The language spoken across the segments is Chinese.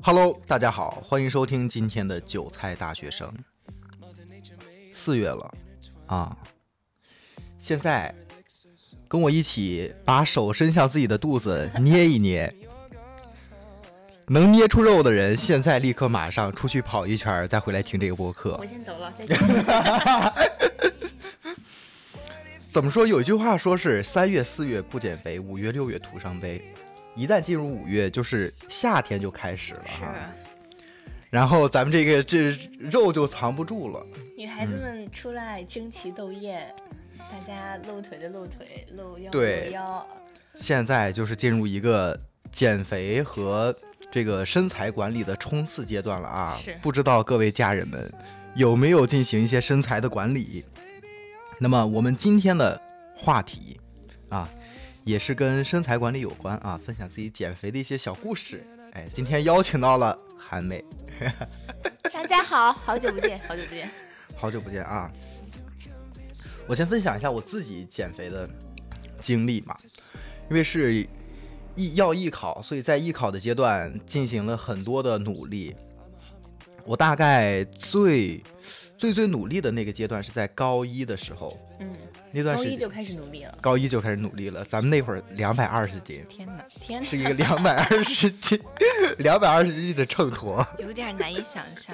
Hello， 大家好，欢迎收听今天的韭菜大学生。4月了啊，现在跟我一起把手伸向自己的肚子捏一捏，能捏出肉的人，现在立刻马上出去跑一圈，再回来听这个播客。 我先走了，再见。 怎么说？有一句话说是3月4月不减肥，5月6月徒伤悲。一旦进入5月，就是夏天就开始了哈。然后咱们这肉就藏不住了。 女孩子们出来争奇斗艳，大家露腿的露腿，露腰对露腰。 现在就是进入一个减肥和这个身材管理的冲刺阶段了啊！不知道各位家人们有没有进行一些身材的管理？那么我们今天的话题啊，也是跟身材管理有关啊，分享自己减肥的一些小故事。哎，今天邀请到了韩美。 大家好，好久不见，好久不见， 好久不见啊！我先分享一下我自己减肥的经历嘛，因为是要艺考，所以在艺考的阶段进行了很多的努力。我大概最努力的那个阶段是在高一的时候，那段时间高一就开始努力了。 高一就开始努力了，咱们那会儿220斤， 天哪， 是一个220斤，220斤的秤砣， 有点难以想象。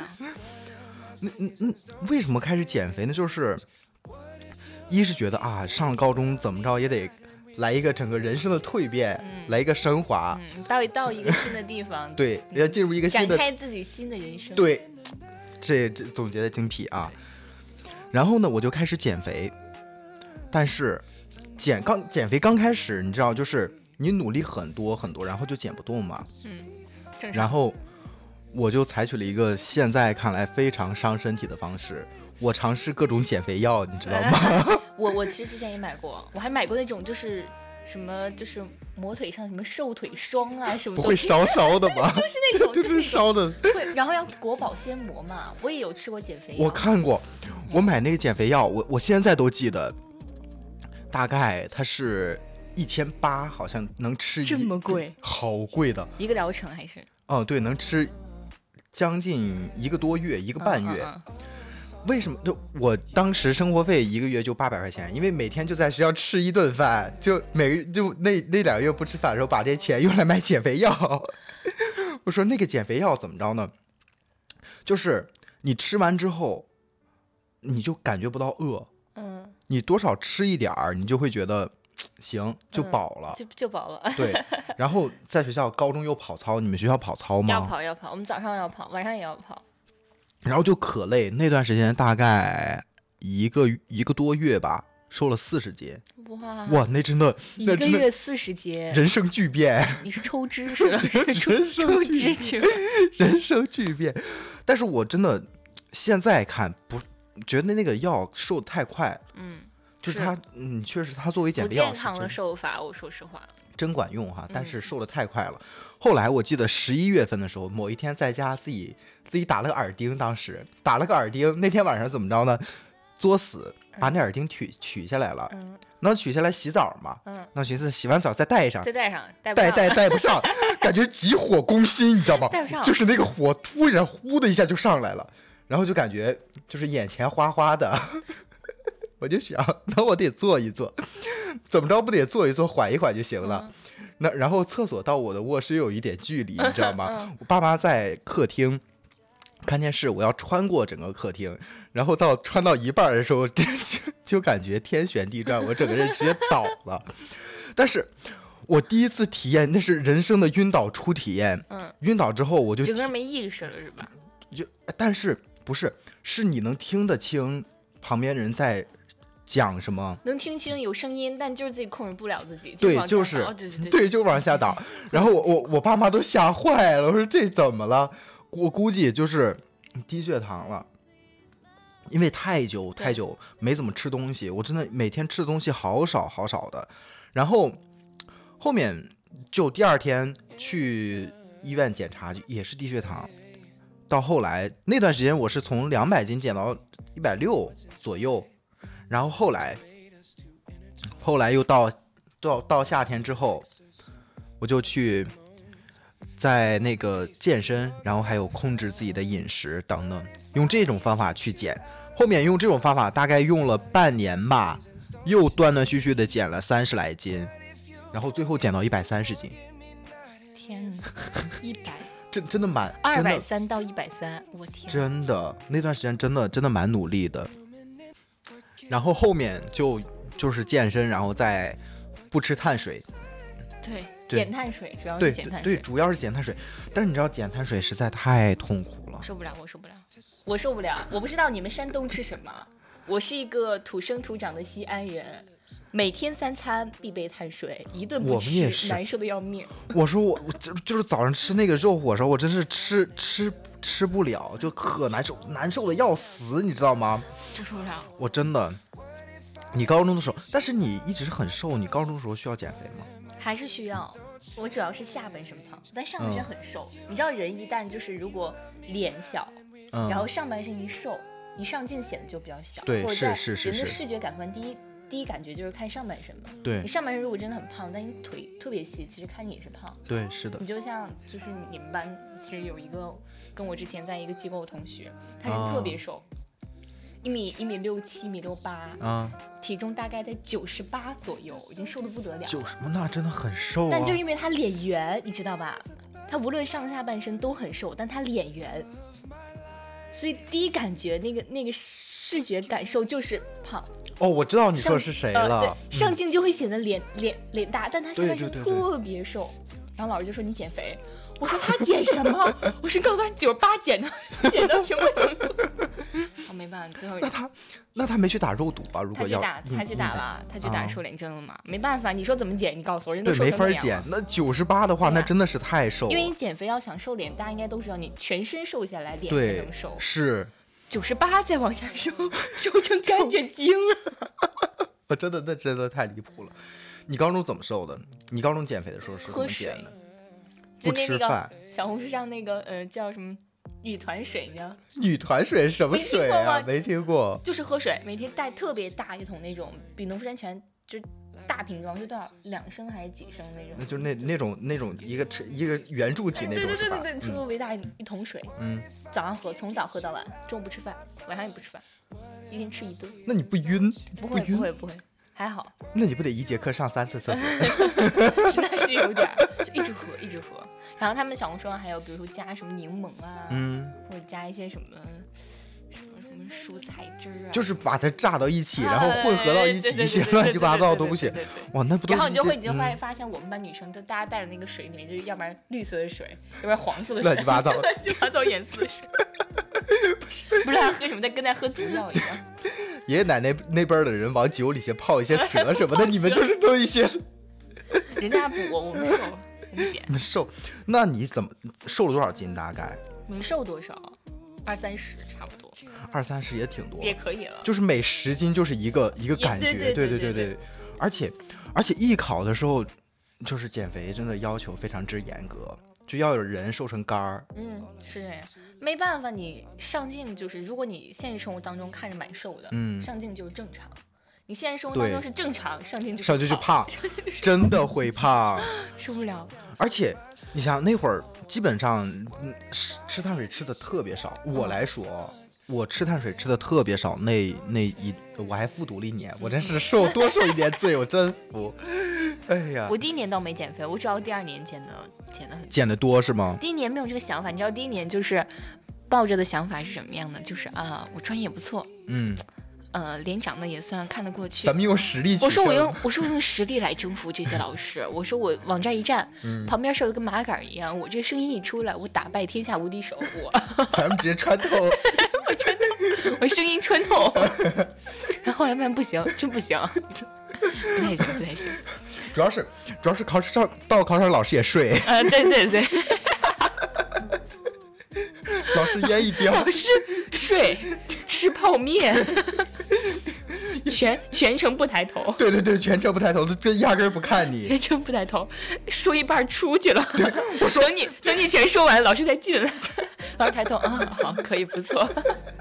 为什么开始减肥呢？就是一是觉得啊，上了高中怎么着也得来一个整个人生的蜕变，来一个升华， 到一个新的地方， 对，要进入一个新的展开自己新的人生。 对，这总结的精辟啊。然后呢，我就开始减肥，但是减肥刚开始，你知道，就是你努力很多，然后就减不动嘛。 正常。 然后我就采取了一个现在看来非常伤身体的方式，我尝试各种减肥药，你知道吗？ 我其实之前也买过，我还买过那种就是什么就是磨腿上什么瘦腿霜啊什么的。 不会烧的吗？ 就是那种就是烧的。 会，然后要裹保鲜膜嘛。我也有吃过减肥药。 我看过，我买那个减肥药，我现在都记得，大概它是1800，好像能吃这么贵， 好贵的一个疗程还是？ 哦，对，能吃将近1个多月，1个半月。为什么？就我当时生活费1个月就800块钱，因为每天就在学校吃一顿饭，就那2个月不吃饭的时候，把这钱用来买减肥药。我说那个减肥药怎么着呢？就是你吃完之后，你就感觉不到饿，你多少吃一点儿，你就会觉得行，就饱了， 就饱了。 对，然后在学校高中有跑操，你们学校跑操吗？ 要跑，我们早上要跑，晚上也要跑。 然后就可累，那段时间大概一个多月吧，瘦了40斤。哇，那真的 1个月40斤， 人生巨变。 你是抽脂是吧？ 人生巨变，人生巨变。但是我真的现在看不觉得那个药瘦得太快，就是它，确实它作为减肥药不健康的瘦法，我说实话真管用哈，但是瘦得太快了。后来我记得11月份的时候，某一天在家自己打了个耳钉，当时打了个耳钉，那天晚上怎么着呢？作死把那耳钉取下来了，能取下来洗澡嘛？那寻思洗完澡再戴上，戴不上，感觉急火攻心，你知道吗？ 戴不上， 就是那个火突然呼的一下就上来了，然后就感觉就是眼前花花的。我就想，那我得做一做，怎么着不得做一做，缓一缓就行了。那然后厕所到我的卧室有一点距离，你知道吗？我爸妈在客厅看电视，我要穿过整个客厅，然后穿到一半的时候，就感觉天旋地转，我整个人直接倒了。但是我第一次体验，那是人生的晕倒初体验。晕倒之后我就整个人没意识了，是吧？ 但是不是你能听得清旁边人在讲什么， 能听清有声音，但就是自己控制不了自己。 对，就是对，就往下倒。然后我爸妈都吓坏了，我说这怎么了？我估计就是低血糖了，因为太久没怎么吃东西，我真的每天吃的东西好少的。然后后面就第2天去医院检查，也是低血糖。到后来那段时间我是从200斤减到160左右。然后后又到夏天之后，我就去在那个健身，然后还有控制自己的饮食等等，用这种方法去减。后面用这种方法大概用了半年吧，又断断续续的减了30来斤，然后最后减到130斤。 天哪，100， 真的蛮 230到130，我天， 真的那段时间真的蛮努力的。然后后面就是健身，然后再不吃碳水。 对， 对减碳水，主要是减碳水。 对，主要是减碳水。但是你知道减碳水实在太痛苦了， 受不了，我受不了，我受不了。我不知道你们山东吃什么，我是一个土生土长的西安人，每天3餐必备碳水，一顿不吃难受的要命。 我说我就是早上吃那个肉火烧，我真是吃不了，就可难受的要死，你知道吗？ 我受不了。 我真的，你高中的时候，但是你一直很瘦，你高中的时候需要减肥吗？ 还是需要，我主要是下半身胖，但上半身很瘦。你知道人一旦就是如果脸小，然后上半身一瘦，一上镜显得就比较小。 对， 或者在是人的视觉感官第一感觉就是看上半身嘛。 对， 你上半身如果真的很胖，但你腿特别细，其实看你也是胖。 对，是的。 你就像就是你们班其实有一个跟我之前在一个机构的同学，他人特别瘦。1.67米、1.68米，体重大概在98左右，已经瘦得不得了。 那真的很瘦啊。 但就因为他脸圆，你知道吧？他无论上下半身都很瘦，但他脸圆，所以第一感觉那个视觉感受就是胖。 哦，我知道你说的是谁了。 对，上镜就会显得脸大，但他下半身对特别瘦。然后老师就说你减肥，我说他减什么？我是告诉他98减到什么程度？我没办法，最后那他没去打肉毒啊？如果要他去打了，他去打瘦脸针了嘛？没办法，你说怎么减？你告诉我，人都对， 瘦成那样了。 没法减。那98的话，那真的是太瘦了。 因为你减肥要想瘦脸，大家应该都知道，你全身瘦下来，脸才能瘦。 是 98再往下瘦成甘蔗精了。 那真的太离谱了。你高中怎么瘦的？你高中减肥的时候是怎么减的？不吃饭。 小红书上那个叫什么女团水，你知道？ 女团水是什么水啊？没听过。 就是喝水，每天带特别大一桶那种，比农夫山泉就是大瓶装，是多少2升还是几升那种？ 那就那种一个圆柱体那种是吧？ 对，特别大一桶水。早上喝，从早喝到晚，中午不吃饭，晚上也不吃饭，一天吃1顿。 那你不晕？ 不会，还好。 那你不得1节课上3次厕所？ 那是有点，就一直喝。然后他们小红书上还有，比如说加什么柠檬啊，或者加一些什么蔬菜汁啊， 就是把它炸到一起，然后混合到一起，一些乱七八糟的东西。哇，那不都是？ 然后你就会发现，我们班女生都大家带的那个水里面，就是要不然绿色的水，要不然黄色的水，乱七八糟颜色的水。不知道喝什么，跟在喝毒药一样。 爷爷奶奶那边的人往酒里先泡一些蛇什么的，你们就是弄一些。 人家补，我们瘦。 你瘦，那你怎么瘦了多少斤？大概没瘦多少，20-30差不多。 20-30也挺多， 也可以了。 就是每10斤就是一个感觉，对。而且艺考的时候，就是减肥真的要求非常之严格，就要有人瘦成干儿。 是这样，没办法，你上镜就是，如果你现实生活当中看着蛮瘦的，上镜就是正常。你现实生活当中是正常，上镜就胖，真的会胖， 受不了。 而且你想那会儿基本上吃碳水吃的特别少，我来说，我吃碳水吃的特别少，我还复读了1年，我真是多受1年罪，我真服。哎呀， 我第1年倒没减肥，我主要第2年减的多是吗？ 第1年没有这个想法，你知道第1年就是抱着的想法是什么样的？就是我专业也不错，脸长得也算看得过去。 咱们用实力取胜。 我说我用实力来征服这些老师。我说我往这儿一站，旁边瘦的跟麻杆一样，我这声音一出来，我打败天下无敌手。 咱们直接穿透。 我声音穿透。然后后来发现不行，真不行，不太行。 主要是考试老师也睡。 对。 老师烟一叼， 老师睡吃泡面，全程不抬头。 对，全程不抬头，这压根儿不看你。 全程不抬头，说一半出去了。 对，我说等你全说完，老师才进来。老师抬头好，可以，不错。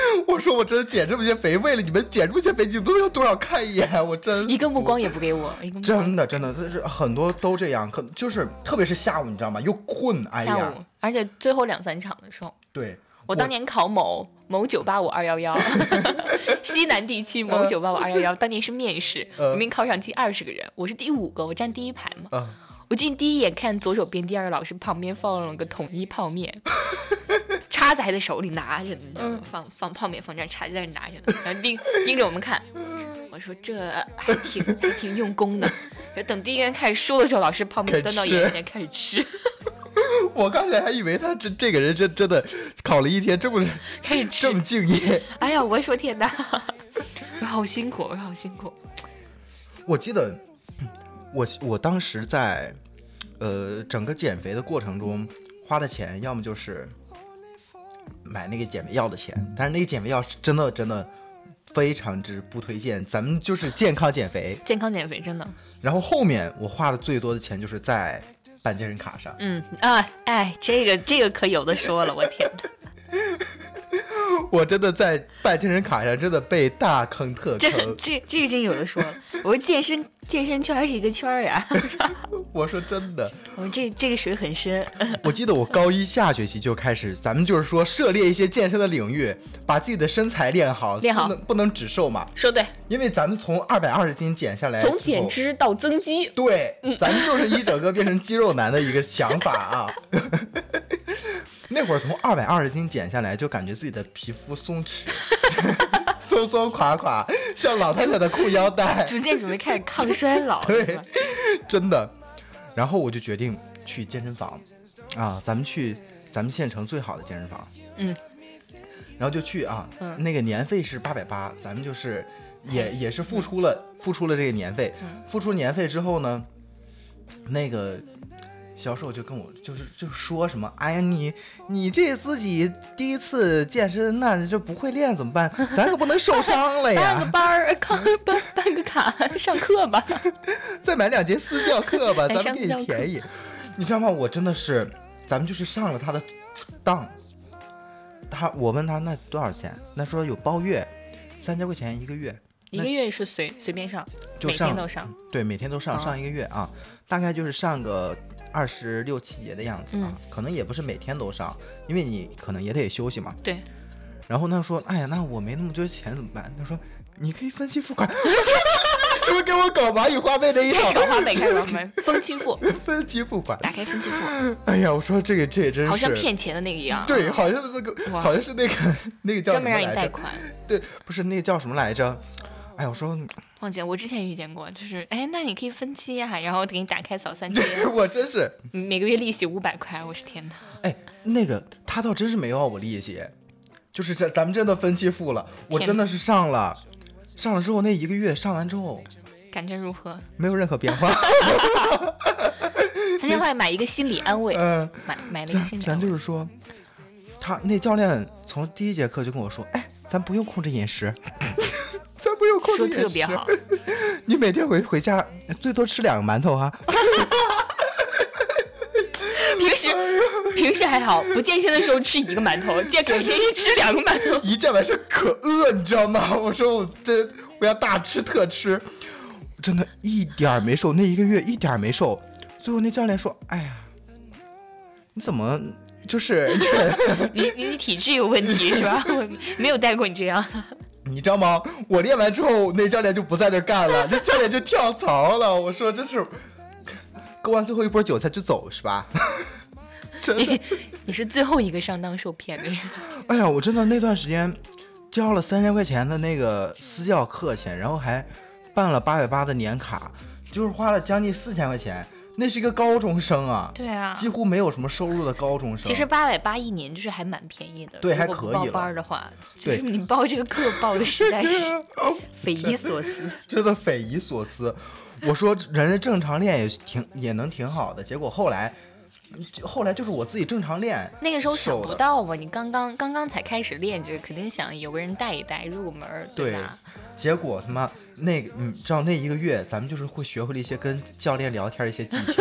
我说我真减这么些肥，为了你们减这么些肥，你们都要多少看一眼？我真一个目光也不给我， 真的，就是很多都这样，就是特别是下午，你知道吗？又困，哎呀， 下午，而且最后2-3场的时候， 对。 我当年考某985-211，西南地区某985-211，当年是面试，我们考场进20个人，我是第5个，我站第1排嘛。我进第一眼看左手边第2个老师旁边放了个统一泡面，叉子还在手里拿着呢，放泡面放这儿，叉子在那拿着呢，然后盯着我们看。我说这还挺用功的。等第一个人开始说的时候，老师泡面端到眼前开始吃。 我刚才还以为他这个人真的考了一天，这么敬业。 哎呀，我说天哪，我好辛苦。 我记得我当时在整个减肥的过程中花的钱，要么就是买那个减肥药的钱，但是那个减肥药是真的非常之不推荐，咱们就是健康减肥真的。 然后后面我花的最多的钱就是在办健身卡上。 这个可有的说了，我天哪！ 我真的在办健身卡上真的被大坑特坑。 这个真有的说了。我说健身圈是一个圈呀。 我说真的， 我们这个水很深。 我记得我高1下学期就开始，咱们就是说涉猎一些健身的领域，把自己的身材练好，不能只瘦嘛。 说对， 因为咱们从220斤减下来， 从减脂到增肌， 对，咱们就是一整个变成肌肉男的一个想法啊。那会儿从220斤减下来，就感觉自己的皮肤松弛，松松垮垮，像老太太的裤腰带， 逐渐准备开始抗衰老。 对，真的。然后我就决定去健身房啊，咱们去咱们县城最好的健身房。然后就去啊，那个年费是880，咱们就是也是付出了这个年费。付出年费之后呢，那个销售就跟我就说什么，哎呀，你这自己第一次健身，那这不会练怎么办？咱可不能受伤了呀！ 办个班办个卡，上课吧， 再买2节私教课吧，咱们给你便宜。你知道吗？我真的是，咱们就是上了他的当。我问他那多少钱？那说有包月，3000块钱一个月。 一个月是随便上，每天都上。 对，每天都上，上一个月啊，大概就是上个26、27节的样子啊，可能也不是每天都上，因为你可能也得休息嘛。 对。 然后他说：“哎呀，那我没那么多钱怎么办？”他说：“你可以分期付款。”是不是给我搞蚂蚁花呗的一套？ 开始搞花呗，分期付， 分期付款， 打开分期付。 哎呀，我说这也真是好像骗钱的那个一样。 对，好像是那个叫什么来着？ 专门让你贷款。 对，不是那个叫什么来着？哎呀，我说忘记了，我之前遇见过，就是那你可以分期呀，然后给你打开扫3天。 我真是每个月利息500块，我是天哪！ 那个他倒真是没要我利息，就是咱们真的分期付了，我真的是上了之后那一个月上完之后， 感觉如何？ 没有任何变化。 咱要买一个心理安慰，买了一个心理安慰。 咱就是说，他那教练从第1节课就跟我说，咱不用控制饮食。咱不用控制饮食， 说特别好。 你每天回家最多吃2个馒头啊。 平时还好，不健身的时候吃1个馒头，健身天吃2个馒头。 一健完事可饿，你知道吗？我说我要大吃特吃，真的一点没瘦，那1个月一点没瘦。最后那教练说：“哎呀，你怎么就是你体质有问题是吧？我没有带过你这样。” 你知道吗？我练完之后，那教练就不在这干了，那教练就跳槽了。我说这是割完最后一波韭菜就走是吧？真的， 你是最后一个上当受骗的人。 哎呀，我真的那段时间交了3000块钱的那个私教课钱，然后还办了880的年卡，就是花了将近4000块钱。那是一个高中生啊， 对啊， 几乎没有什么收入的高中生。 其实880一年就是还蛮便宜的， 对，还可以了。 报班的话，就是你报这个课报的实在是匪夷所思， 真的匪夷所思。我说人家正常练也能挺好的，结果后来就是我自己正常练， 那个时候想不到嘛，你刚刚才开始练这个，肯定想有个人带一带入门，对吧？ 结果他妈那个你知道那1个月咱们就是会学会了一些跟教练聊天一些技巧，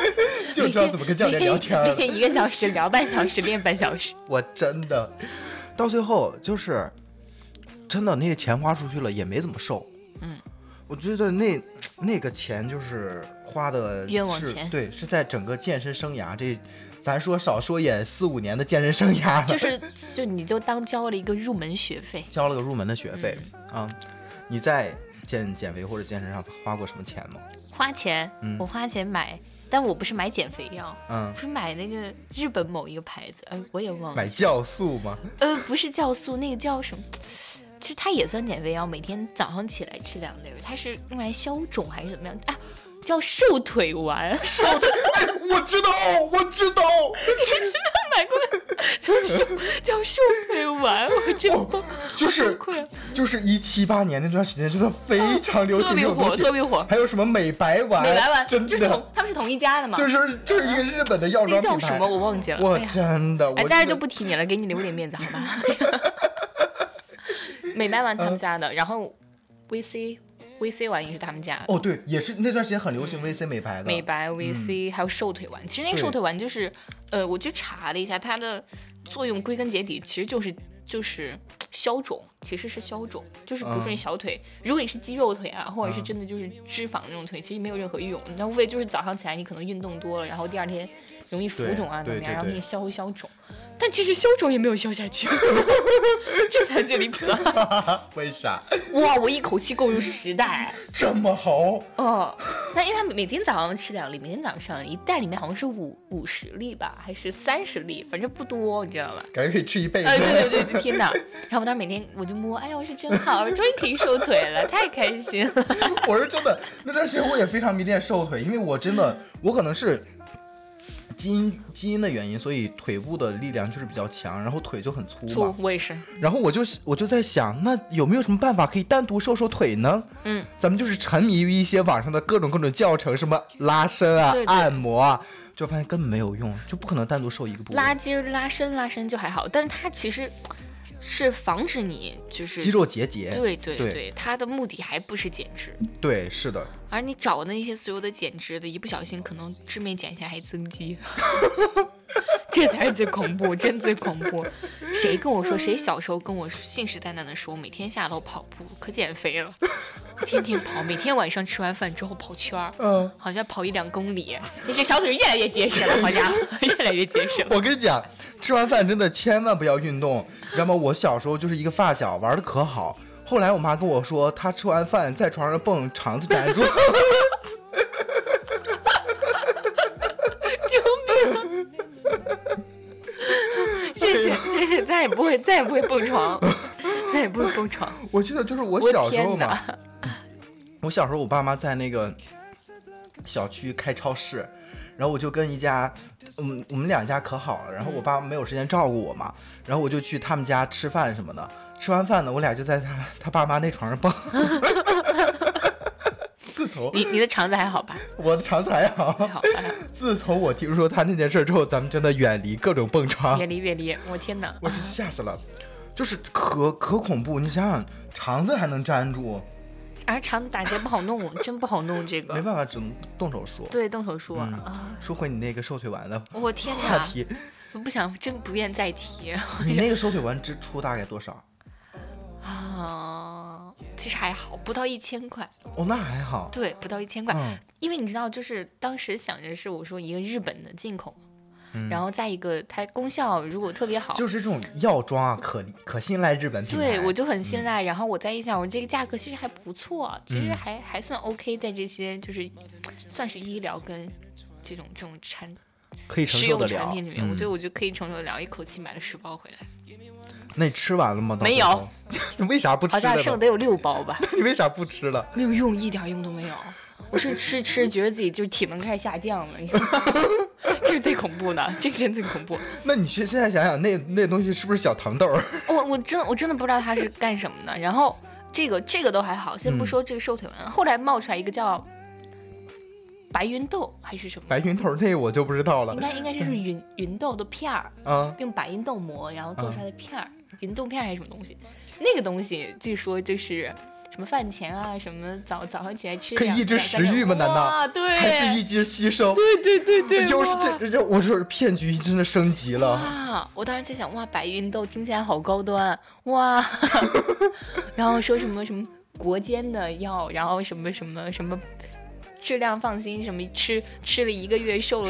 就知道怎么跟教练聊天了。 练1个小时聊半小时，练半小时。 我真的到最后就是真的那个钱花出去了，也没怎么瘦。我觉得那个钱就是花的冤枉钱， 对，是在整个健身生涯这，咱说少说也4-5年的健身生涯了。 就你就当交了一个入门学费， 交了个入门的学费啊。你在减肥或者健身上花过什么钱吗？ 花钱，我花钱买。但我不是买减肥药，是买那个日本某一个牌子，我也忘了。 买酵素吗？ 不是酵素，那个叫什么？其实它也算减肥药，每天早上起来吃2粒，它是用来消肿还是怎么样？啊，叫瘦腿丸。 瘦腿，我知道，你知道买过叫瘦腿丸，我真的就是17-18年那段时间，真的非常流行， 特别火。 还有什么美白丸，真的， 他们是同一家的嘛？ 就是一个日本的药妆品牌， 叫什么我忘记了。 我真的， 在这就不提你了，给你留点面子好吧？美白丸他们家的，然后 VC 丸也是他们家的。 哦，对，也是那段时间很流行 VC 美白的。 美白 VC 还有瘦腿丸，其实那个瘦腿丸就是，我去查了一下，它的作用归根结底其实就是消肿，其实是消肿，就是比如说你小腿，如果你是肌肉腿啊，或者是真的就是脂肪那种腿，其实没有任何用，那无非就是早上起来你可能运动多了，然后第2天容易浮肿啊怎么样，然后给你消一消肿。但其实消肿也没有消下去，这才最离谱的。 为啥？ 哇，我一口气购入10袋， 这么好？ 但因为他每天早上吃2粒，每天早上1袋里面好像是50粒吧，还是30粒，反正不多，你知道吧？ 感觉可以吃一辈子。 对，天哪！然后我当时每天我就摸，哎呀，我是真好，我终于可以瘦腿了，太开心了。 我是真的，那段时间我也非常迷恋瘦腿，因为我真的，我可能是。基因的原因，所以腿部的力量就是比较强，然后腿就很粗嘛。 我也是。 然后我就在想，那有没有什么办法可以单独瘦腿呢？咱们就是沉迷于一些网上的各种教程，什么拉伸啊、 对按摩啊，就发现根本没有用，就不可能单独瘦一个部位。 拉筋、拉伸就还好，但是它其实是防止你就是肌肉结节。 对，它的目的还不是减脂。 对，是的。 而你找的那些所有的减脂的，一不小心可能脂没减下还增肌，这才是最恐怖，真最恐怖。谁跟我说？谁小时候跟我信誓旦旦的说，每天下楼跑步可减肥了，天天跑，每天晚上吃完饭之后跑圈儿，好像跑1-2公里，那些小腿越来越结实了，好家伙，越来越结实了。 我跟你讲，吃完饭真的千万不要运动，你知道吗？我小时候就是一个发小，玩的可好。后来我妈跟我说，她吃完饭在床上蹦，肠子粘住。 救命！谢谢，再也不会蹦床，再也不会蹦床。 我记得就是我小时候嘛，我小时候我爸妈在那个小区开超市，然后我就跟一家，我们2家可好了，然后我爸没有时间照顾我嘛，然后我就去他们家吃饭什么的。吃完饭呢，我俩就在他爸妈那床上蹦。自从你的肠子还好吧？ 我的肠子还好。自从我听说他那件事之后，咱们真的远离各种蹦床。 远离！我天哪！ 我真吓死了，就是可恐怖。你想想，肠子还能粘住， 而肠子打结不好弄，真不好弄这个。 没办法，只能动手术。 对，动手术啊。 说回你那个瘦腿丸的， 我天哪！话题，我不想，真不愿再提。 你那个瘦腿丸支出大概多少？ 其实还好，不到1000块。 那还好。 对，不到1000块，因为你知道，就是当时想着是我说一个日本的进口，然后再一个它功效如果特别好， 就是这种药妆啊，可信赖日本品牌。 对，我就很信赖。然后我再一想，我这个价格其实还不错，其实还算 OK，在这些就是算是医疗跟这种可以承受得了实用产品里面，我就可以承受得了，一口气买了10包回来。 那你吃完了吗？ 没有。 你为啥不吃了？ 好像剩得有6包吧。 你为啥不吃了？ 没有用，一点用都没有。我是吃觉得自己就是体能开始下降了，这是最恐怖的，这个真最恐怖。 那你现在想想，那东西是不是小糖豆？ 我真的不知道它是干什么的。然后这个都还好，先不说这个瘦腿丸，后来冒出来一个叫白芸豆还是什么？ 白芸豆那我就不知道了。 应该就是芸豆的片儿，用白芸豆磨，然后做出来的片儿，芸豆片还是什么东西？那个东西据说就是什什么饭前啊，什么早上起来吃， 可以抑制食欲吗？难道？ 对， 还是抑制吸收？ 对， 又是这，我说骗局真的升级了。 哇！我当时在想，哇，白芸豆听起来好高端，哇！然后说什么国间的药，然后什么质量放心，什么吃了1个月瘦了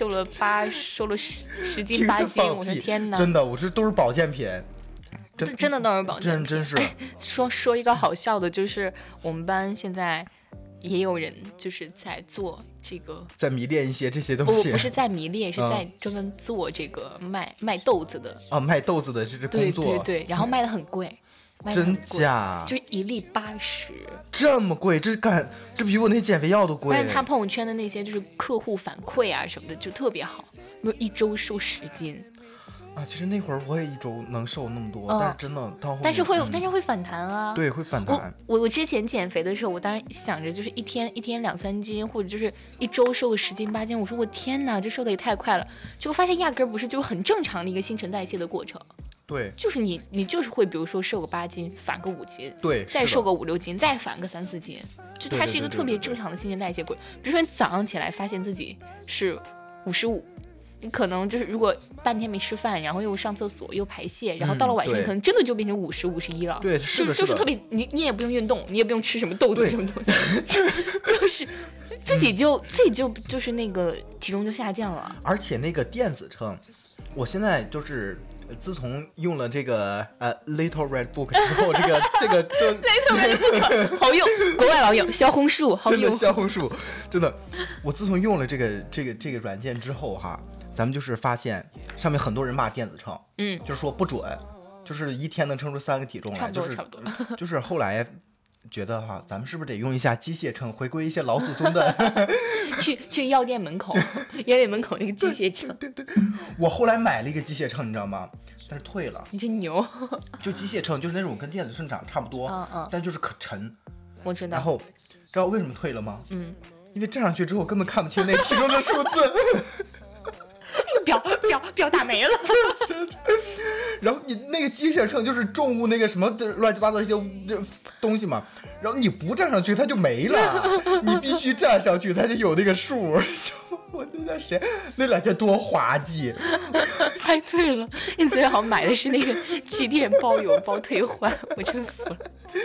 10斤8斤，我说天哪！ 真的，我说都是保健品。 真的都是保健品， 真是。 说一个好笑的，就是我们班现在也有人就是在做这个， 在迷恋一些这些东西。 不是在迷恋，是在专门做这个卖豆子的啊，卖豆子的这工作。 对，然后卖的很贵。 真假？ 就1粒80， 这么贵？这比我那减肥药都贵。 但是他朋友圈的那些就是客户反馈啊什么的就特别好，没有1周瘦10斤。 啊，其实那会儿我也1周能瘦那么多，但是真的到后面， 但是会反弹啊。 对，会反弹。 我之前减肥的时候，我当时想着就是一天2-3斤，或者就是1周瘦个10斤8斤。我说我天哪，这瘦的也太快了。结果发现压根不是，就很正常的一个新陈代谢的过程。 对， 就是你就是会，比如说瘦个8斤，反个5斤， 对， 再瘦个5-6斤，再反个3-4斤，就它是一个特别正常的新陈代谢过程。比如说你早上起来发现自己是55。你可能就是如果半天没吃饭，然后又上厕所又排泄，然后到了晚上可能真的就变成50、51了。 对，是的， 就是特别你也不用运动，你也不用吃什么豆子什么东西，就是自己就是那个体重就下降了。 而且那个电子秤，我现在就是自从用了这个Little Red Book 之后，这个 Little Red Book 好用，国外老友小红书好用， 真的小红书真的，我自从用了这个软件之后哈。咱们就是发现上面很多人骂电子秤，就是说不准，就是一天能称出3个体重来， 差不多。 就是后来觉得哈，咱们是不是得用一下机械秤，回归一些老祖宗的？ 去药店门口那个机械秤。 对，我后来买了一个机械秤，你知道吗？但是退了。 你真牛！ 就机械秤，就是那种跟电子秤长差不多，但就是可沉。 我知道。 然后知道为什么退了吗？因为站上去之后根本看不清那体重的数字。 表打没了。 然后你那个机械秤就是重物那个什么乱七八糟一些东西嘛，然后你不站上去它就没了，你必须站上去它就有那个数。我那2天多滑稽。 太对了，你最好买的是那个7天包邮包退换，我真服了。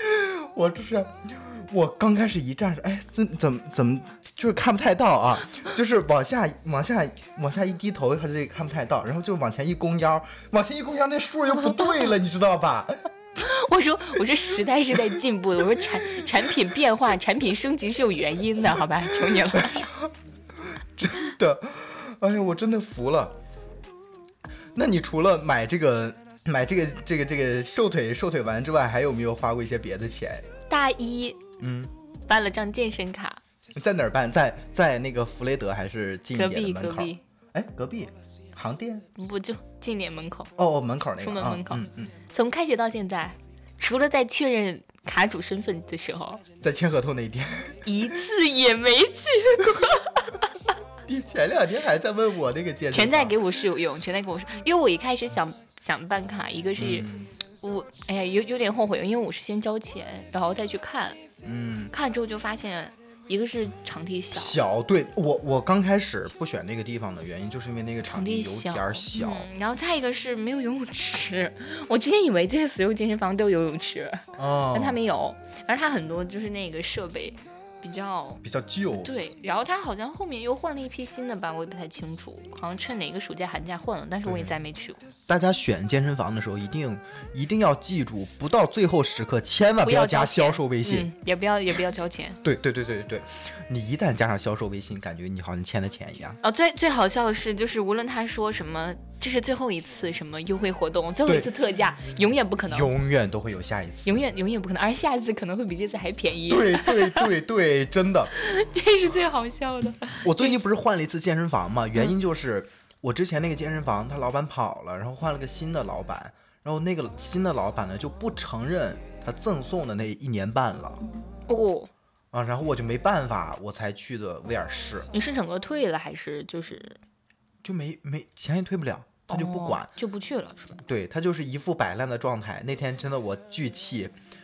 我刚开始一站上，哎，怎么就是看不太到啊？就是往下一低头，它就看不太到，然后就往前一弓腰，那数又不对了，你知道吧？ 我说时代是在进步的，我说产品变化、产品升级是有原因的，好吧？求你了。 真的，哎呀，我真的服了。那你除了买这个瘦腿丸之外，还有没有花过一些别的钱？ 大一，办了张健身卡。 在哪儿办？在那个弗雷德还是近一点的门口？隔壁航店？ 不就近点门口？ 哦，门口那个。 出门门口。从开学到现在，除了在确认卡主身份的时候， 在签合同那一天， 一次也没去过。 你前2天还在问我那个健身， 全在给我室友用，因为我一开始想办卡，一个是我有点后悔，因为我是先交钱，然后再去看，看了之后就发现。一个是场地小， 对，我刚开始不选那个地方的原因，就是因为那个场地有点小， 然后再一个是没有游泳池。我之前以为就是所有健身房都有游泳池，但它没有，而它很多就是那个设备比较旧， 对，然后它好像后面又换了一批新的吧，我也不太清楚，好像趁哪个暑假寒假换了，但是我也再没去过。 大家选健身房的时候一定要记住，不到最后时刻千万不要加销售微信， 也不要交钱。 对，你一旦加上销售微信，感觉你好像欠了钱一样。 最好笑的是，就是无论他说什么，这是最后一次什么优惠活动，最后一次特价，永远不可能， 永远都会有下一次， 永远不可能，而下一次可能会比这次还便宜。 对，真的， 这是最好笑的。 我最近不是换了一次健身房嘛，原因就是我之前那个健身房他老板跑了，然后换了个新的老板，然后那个新的老板呢就不承认他赠送的那1年半了。然后我就没办法，我才去的威尔士。 你是整个退了还是就没钱也退不了，他就不管， 就不去了是吧？ 对，他就是一副摆烂的状态。那天真的我巨气，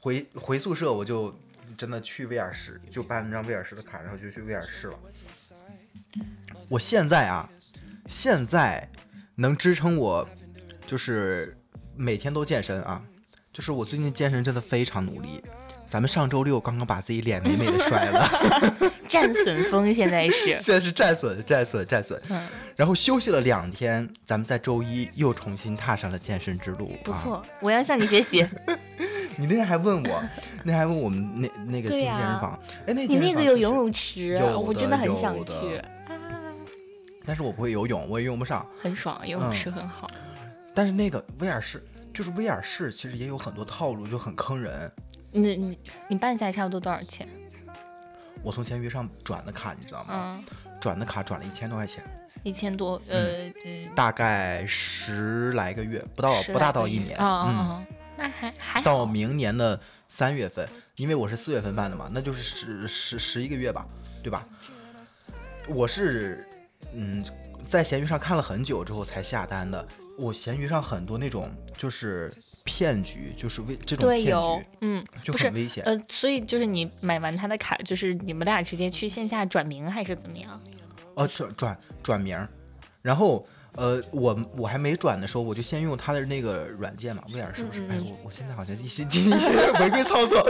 回宿舍我就真的去威尔士，就办了张威尔士的卡，然后就去威尔士了。我现在能支撑我就是每天都健身啊，就是我最近健身真的非常努力。咱们上周六刚刚把自己脸美美的摔了， 战损风现在是战损，然后休息了2天，咱们在周一又重新踏上了健身之路， 不错，我要向你学习。 你那天还问我们那个新健身房，哎， 你那个有游泳池，我真的很想去， 但是我不会游泳，我也用不上。 很爽，游泳池很好。 但是那个威尔士其实也有很多套路，就很坑人。 你办下来差不多多少钱？ 我从闲鱼上转的卡，你知道吗？转的卡转了1000多块钱。 1000多， 大概10来个月，不大到1年。 那还好。 到明年的3月份，因为我是4月份办的嘛，那就是11个月吧，对吧？我是在闲鱼上看了很久之后才下单的。我闲鱼上很多那种就是骗局，就是这种骗局，就很危险。 所以就是你买完他的卡，就是你们俩直接去线下转名还是怎么样？ 转名，然后我还没转的时候，我就先用他的那个软件嘛，威尔是不是？我现在好像一些违规操作，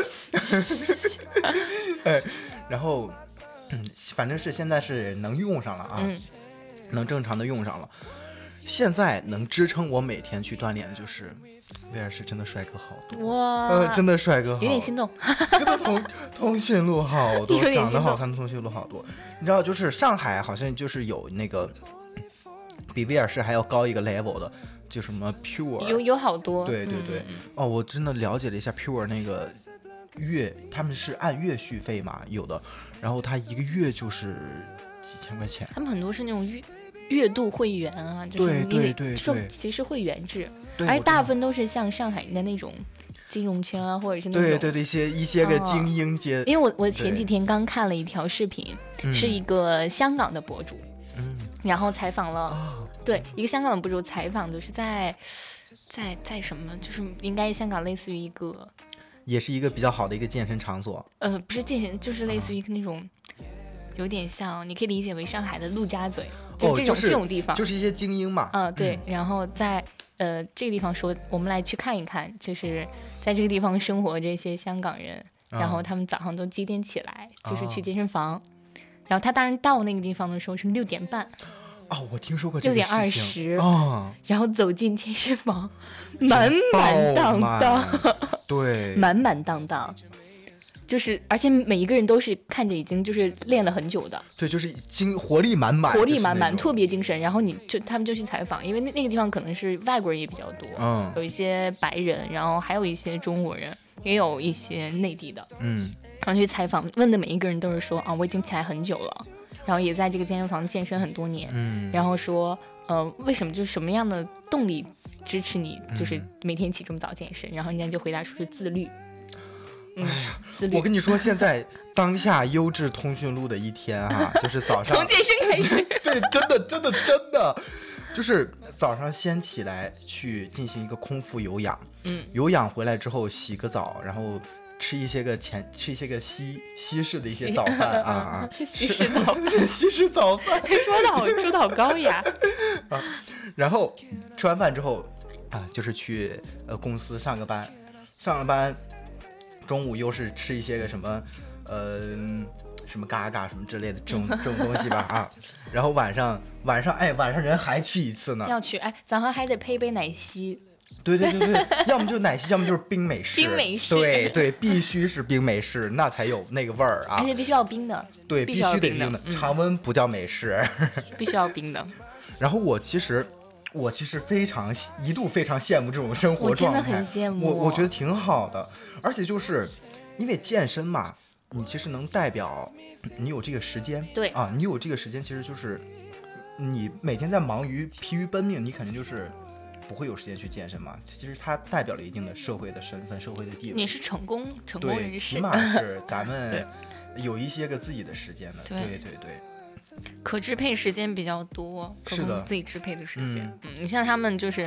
然后反正是现在是能用上了啊，能正常的用上了。现在能支撑我每天去锻炼的就是威尔士，真的帅哥好多哇， 真的帅哥好多， 有点心动， 真的通讯录好多，长得好看的通讯录好多。你知道，就是上海好像就是有那个比威尔士还要高一个 level 的，就什么 Pure， 有好多， 对，哦，我真的了解了一下 Pure 那个月，他们是按月续费嘛，有的，然后他一个月就是几千块钱， 他们很多是那种月度会员啊，就是你得说其实会员制，而大部分都是像上海的那种金融圈啊，或者是那种对一些个精英阶。 因为我前几天刚看了一条视频，是一个香港的博主，然后采访了，对，一个香港的博主采访的是在什么，就是应该香港类似于一个， 也是一个比较好的一个健身场所， 不是健身，就是类似于一个那种。有点像，你可以理解为上海的陆家嘴，就这种地方， 就是一些精英嘛。 对。然后在这个地方说，我们来去看一看，就是在这个地方生活这些香港人，然后他们早上都几点起来，就是去健身房。然后他当然到那个地方的时候是6点半。 我听说过这个事情。 6点20。然后走进健身房，满满当当， 对， 满满当当。就是，而且每一个人都是看着已经就是练了很久的， 对，就是活力满满， 特别精神。然后他们就去采访，因为那个地方可能是外国人也比较多，有一些白人，然后还有一些中国人，也有一些内地的，然后去采访，问的每一个人都是说我已经起来很久了，然后也在这个健身房健身很多年，然后说为什么就是什么样的动力支持你，就是每天起这么早健身？然后人家就回答说是自律。 哎呀，我跟你说，现在当下优质通讯录的一天就是早上从健身开始， 对，真的，就是早上先起来去进行一个空腹有氧，有氧回来之后洗个澡，然后吃一些个西式的一些早饭西式早饭， 西式早饭， 说的好高雅然后吃完饭之后就是去公司上了班。中午又是吃一些个什么什么嘎嘎什么之类的这种东西吧然后晚上人还去一次呢， 要去早上还得配一杯奶昔， 对，要么就是奶昔，要么就是冰美式，对，必须是冰美式，那才有那个味儿而且必须要冰的， 对，必须得冰的，常温不叫美式， 必须要冰的。 然后我其实一度非常羡慕这种生活状态， 我真的很羡慕， 我觉得挺好的。而且就是因为健身嘛，你其实能代表你有这个时间， 对你有这个时间，其实就是你每天在疲于奔命，你肯定就是不会有时间去健身嘛。其实它代表了一定的社会的身份、社会的地位。 你是成功人士， 起码是咱们有一些个自己的时间的，对， 可支配时间比较多， 是的， 自己支配的时间。你像他们就是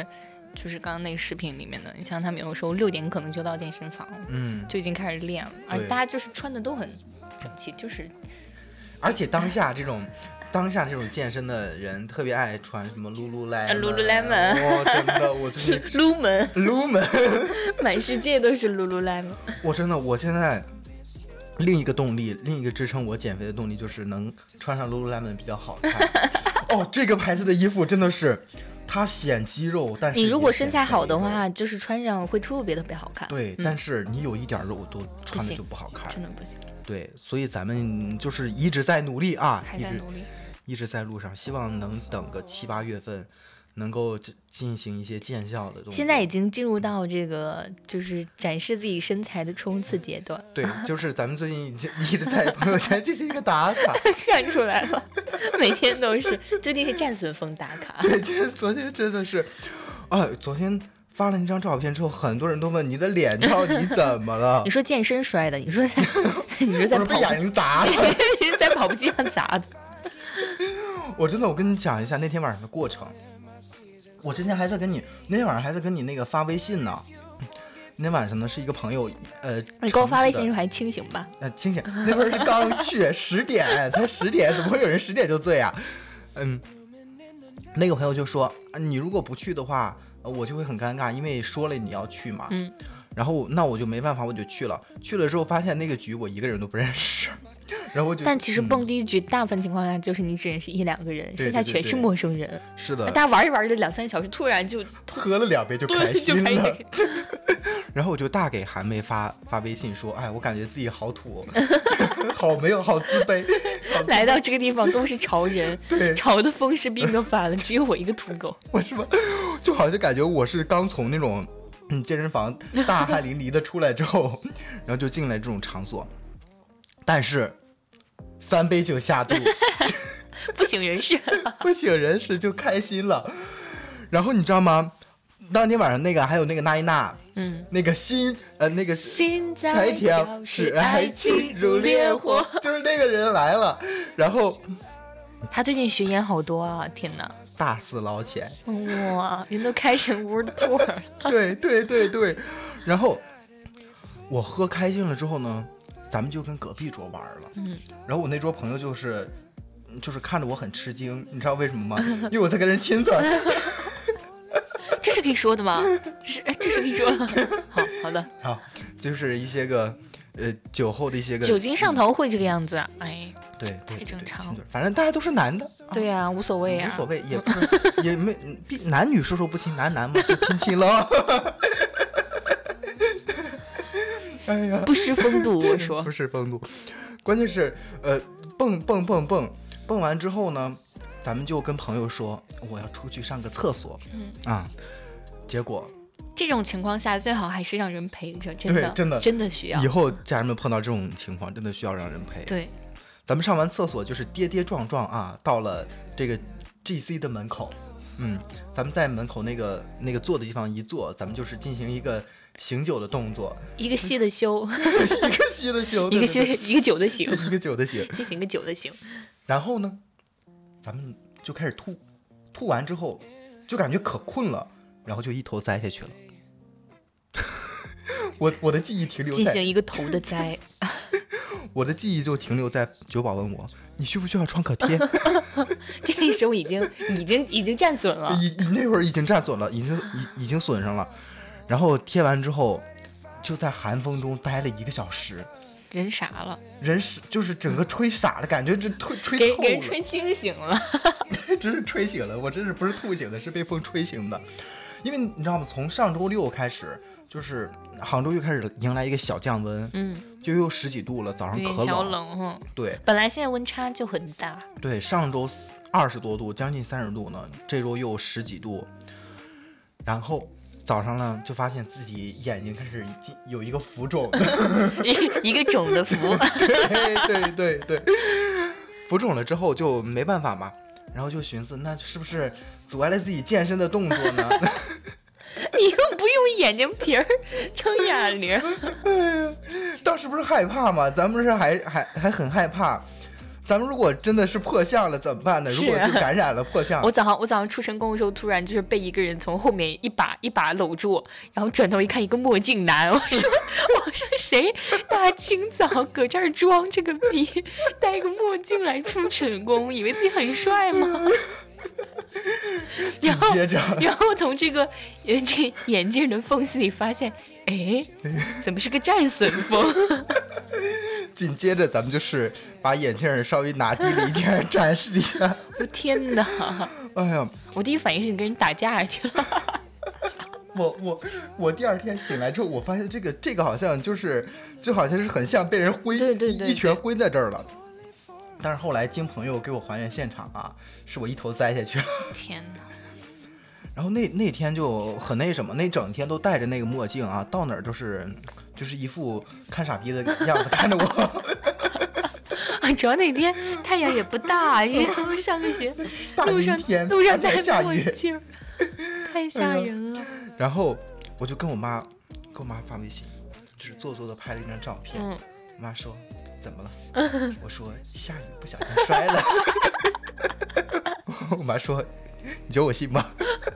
就是刚刚那个视频里面的，你像他们有时候6点可能就到健身房，就已经开始练了，而大家就是穿的都很整齐，就是， 而且当下这种健身的人特别爱穿什么 Lululemon， 真的，我最近Lumen， 满世界都是 Lululemon。 我现在另一个支撑我减肥的动力就是能穿上 Lululemon 比较好看。这个牌子的衣服真的是。它显肌肉，但是你如果身材好的话，就是穿上会特别好看。 对，但是你有一点肉都穿的就不好看， 真的不行。 对，所以咱们就是一直在努力啊， 还在努力， 一直在路上，希望能等个7、8月份。能够进行一些见效的东西。 现在已经进入到这个就是展示自己身材的冲刺阶段。 对，就是咱们最近一直在朋友圈进行一个打卡， 看出来了，每天都是，最近是战损风打卡。 对，昨天真的是，昨天发了那张照片之后，很多人都问你的脸到底怎么了？ 你说健身摔的，你说在被眼睛砸了， 你是在跑步机上砸的。 我跟你讲一下那天晚上的过程。我之前还在跟你那天晚上还在跟你那个发微信呢。那天晚上呢是一个朋友， 你给我发微信时候还清醒吧？ 清醒。那会儿是刚去10点，才10点，怎么会有人10点就醉啊？那个朋友就说，你如果不去的话，我就会很尴尬，因为说了你要去嘛。然后那我就没办法，我就去了。去了之后发现那个局我一个人都不认识。然后但其实蹦迪局大部分情况下就是你只认识1、2个人，剩下全是陌生人。 是的， 大家玩着玩着2、3小时，突然就喝了2杯就开心了。然后我就大给韩妹发微信说，我感觉自己好土，好没有，好自卑。 来到这个地方都是潮人， 对， 潮的风湿病都发了，只有我一个土狗。 我是吧？就好像感觉我是刚从那种健身房大汗淋漓的出来之后，然后就进来这种场所，但是3杯酒下肚， 不省人事， 不省人事就开心了。然后你知道吗？当天晚上还有那个那一娜，那个那个心在跳是爱情如烈火，就是那个人来了。然后他最近巡演好多啊，天哪！ 大肆捞钱， 哇，人都开成屋的tour了。 对。然后我喝开心了之后呢，咱们就跟隔壁桌玩了。然后我那桌朋友就是看着我很吃惊，你知道为什么吗？因为我在跟人亲嘴。 这是可以说的吗？这是可以说的。好的。 好，就是一些个酒后的一些个酒精上头会这个样子， 对， 太正常了。 反正大家都是男的。 对啊，无所谓啊。 无所谓，也不是也没男女授受不亲，男嘛就亲了。哎呀， 不失风度，我说不失风度。关键是蹦完之后呢，咱们就跟朋友说我要出去上个厕所。结果这种情况下最好还是让人陪着，真的需要。 以后家人们碰到这种情况真的需要让人陪。 对， 咱们上完厕所就是跌跌撞撞啊，到了这个 GC 的门口。咱们在门口那个坐的地方一坐，咱们就是进行一个醒酒的动作， 一个吸的休， 一个吸的休， 一个酒的醒， 一个酒的醒， 进行一个酒的醒。然后呢，咱们就开始吐完之后就感觉可困了，然后就一头栽下去了。我的记忆停留在进行一个头的栽。 我的记忆就停留在酒保问我你需不需要创可贴。 这时候已经战损了， 那会儿已经战损了，已经损上了。然后贴完之后就在寒风中待了1个小时， 人傻了， 就是整个吹傻了，感觉这吹透了， 给人吹清醒了。 真是吹醒了，我真是不是吐醒的，是被风吹醒的。因为你知道吗，从上周6开始，就是杭州又开始迎来一个小降温，就又10几度了，早上可小冷。 对， 本来现在温差就很大。 对，上周20多度，将近30度呢，这周又10几度，然后早上呢就发现自己眼睛开始有一个浮肿， 一个肿的浮。 对，浮肿了之后就没办法嘛，然后就寻思那是不是阻碍了自己健身的动作呢？ 你又不用眼睛皮儿撑眼铃。 当时不是害怕吗？咱们是还很害怕， 咱们如果真的是破相了怎么办呢？如果就感染了破相， 我早上出成功的时候，突然就是被一个人从后面一把搂住，然后转头一看，一个墨镜男，我说谁大清早搁这儿装这个逼，戴个墨镜来出成功，以为自己很帅吗？然后从这个眼镜的缝隙里发现，哎，怎么是个战损风？ 紧接着咱们就是把眼镜稍微拿低了一点，展示一下。 我天哪！ 哎呀， 我第一反应是你跟人打架去了。 我第二天醒来之后，我发现这个好像就好像是很像被人挥， 对一拳挥在这儿了。但是后来经朋友给我还原现场啊，是我一头栽下去了。 天哪！ 然后那天就很那什么，那整天都戴着那个墨镜啊，到哪儿都是就是一副看傻逼的样子看着我。 主要那天太阳也不大，因为上个学路上戴墨镜，太吓人了。 然后我就给我妈发微信，就是做作的拍了一张照片。我妈说怎么了？我说下雨不小心摔了。我妈说你觉得我信吗？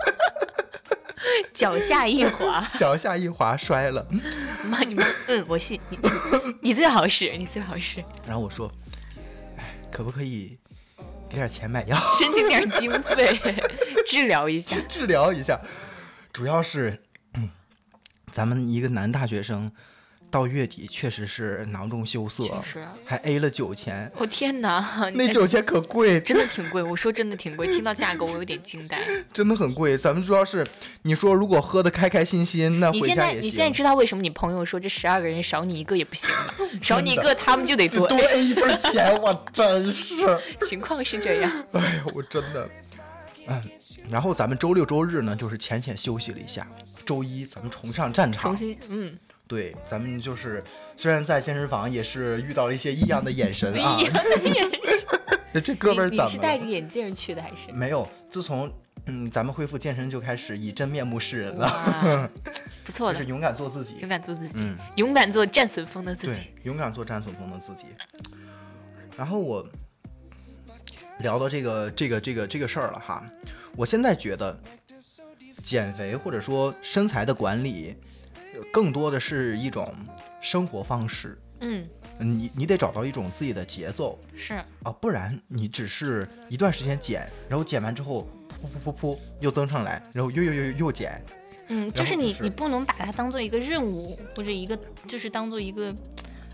脚下一滑摔了。 妈，你妈，我信你最好是。 然后我说，哎，可不可以给点钱买药， 申请点经费，治疗一下。 主要是，咱们一个男大学生，到月底确实是囊中羞涩， 确实还 A 了酒钱。 我天哪， 那酒钱可贵， 真的挺贵。我说真的挺贵，听到价格我有点惊呆。 真的很贵。咱们主要是你说如果喝得开开心心，那回家也行。 你现在知道为什么你朋友说这12个人少你一个也不行吗？少你一个他们就得多 A 一份钱，我真是。 情况是这样。 哎呀，我真的。然后咱们周六周日呢，就是浅休息了一下。周一咱们重上战场， 重新对，咱们就是虽然在健身房也是遇到了一些异样的眼神啊。这哥们儿怎么了？ 你是戴着眼镜去的还是？ 没有，自从咱们恢复健身就开始以真面目示人了。 不错的， 就是勇敢做自己， 勇敢做战损风的自己， 勇敢做战损风的自己。然后我聊到这个事儿了哈，我现在觉得减肥或者说身材的管理，更多的是一种生活方式。你得找到一种自己的节奏， 是啊，不然你只是一段时间减，然后减完之后噗又增上来，然后又减。 就是你不能把它当做一个任务，或者就是当做一个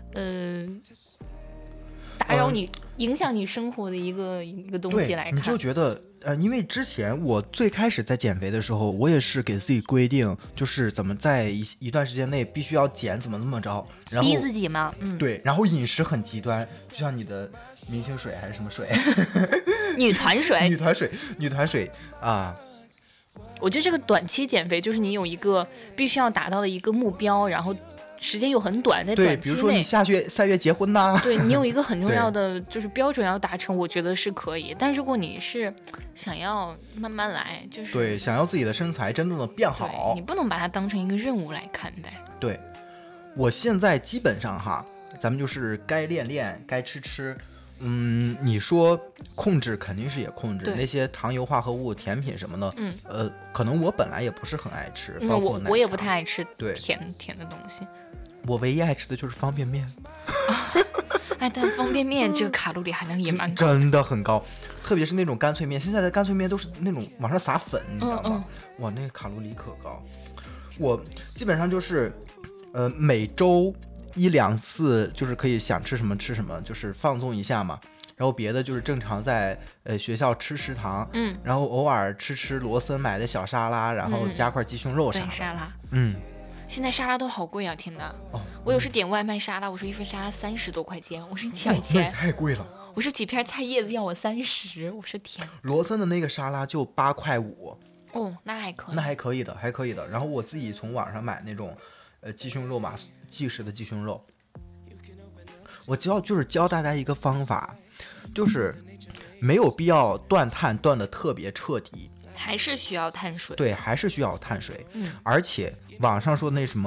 打扰你、影响你生活的一个东西来看。 你就觉得因为之前我最开始在减肥的时候，我也是给自己规定，就是怎么在一段时间内必须要减，怎么着，然后逼自己嘛。 对，然后饮食很极端，就像你的明星水还是什么水？ 女团水啊。 我觉得这个短期减肥就是你有一个必须要达到的一个目标，然后时间又很短，在短期内， 对，比如说你3月结婚呐， 对，你有一个很重要的就是标准要达成，我觉得是可以。但如果你是想要慢慢来，就是对，想要自己的身材真正的变好， 你不能把它当成一个任务来看待。 对，我现在基本上哈，咱们就是该练，该吃。你说控制肯定是也控制那些糖油化合物、甜品什么的。可能我本来也不是很爱吃，包括我也不太爱吃甜的东西。 我唯一爱吃的就是方便面。 但方便面这个卡路里含量也蛮高， 真的很高，特别是那种干脆面。现在的干脆面都是那种往上撒粉，你知道吗？哇，那个卡路里可高。我基本上就是每周1-2次，就是可以想吃什么吃什么，就是放纵一下嘛。然后别的就是正常在学校吃食堂，然后偶尔吃罗森买的小沙拉，然后加块鸡胸肉啥的。 沙拉，现在沙拉都好贵啊！天哪，我有时点外卖沙拉，我说一份沙拉30多块钱，我说你抢钱， 那太贵了。 我说几片菜叶子要我30，我说天。 罗森的那个沙拉就8.5块。 那还可以， 还可以的。然后我自己从网上买那种鸡胸肉嘛，即食的鸡胸肉。我就是教大家一个方法，就是没有必要断碳断的特别彻底， 还是需要碳水。 对，还是需要碳水。而且网上说那什么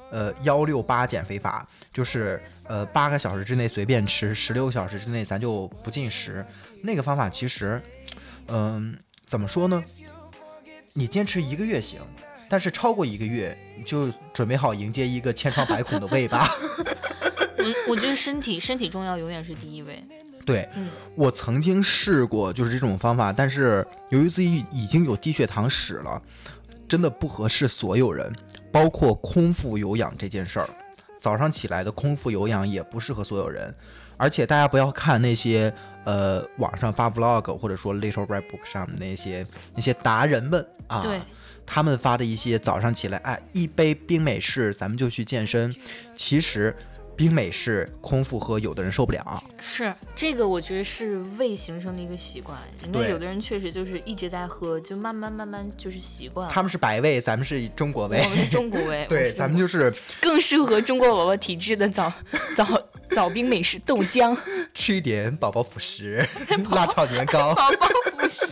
168减肥法，就是8个小时之内随便吃，16个小时之内咱就不进食。那个方法其实怎么说呢，你坚持1个月行，但是超过1个月你就准备好迎接一个千疮百孔的胃吧。 我觉得身体重要永远是第一位。 对，我曾经试过就是这种方法，但是由于自己已经有低血糖史了，真的不合适所有人，包括空腹有氧这件事儿。早上起来的空腹有氧也不适合所有人，而且大家不要看那些网上发 vlog 或者说 Little Red Book 上的那些达人们啊， 对， 他们发的一些早上起来一杯冰美式咱们就去健身，其实冰美式空腹喝有的人受不了。 是这个我觉得是胃形成的一个习惯，人家有的人确实就是一直在喝，就慢慢就是习惯了。 他们是白胃，咱们是中国胃。 我们是中国胃。 对，咱们就是更适合中国宝宝体质的早冰美式豆浆， 吃一点宝宝辅食，辣炒年糕。 宝宝辅食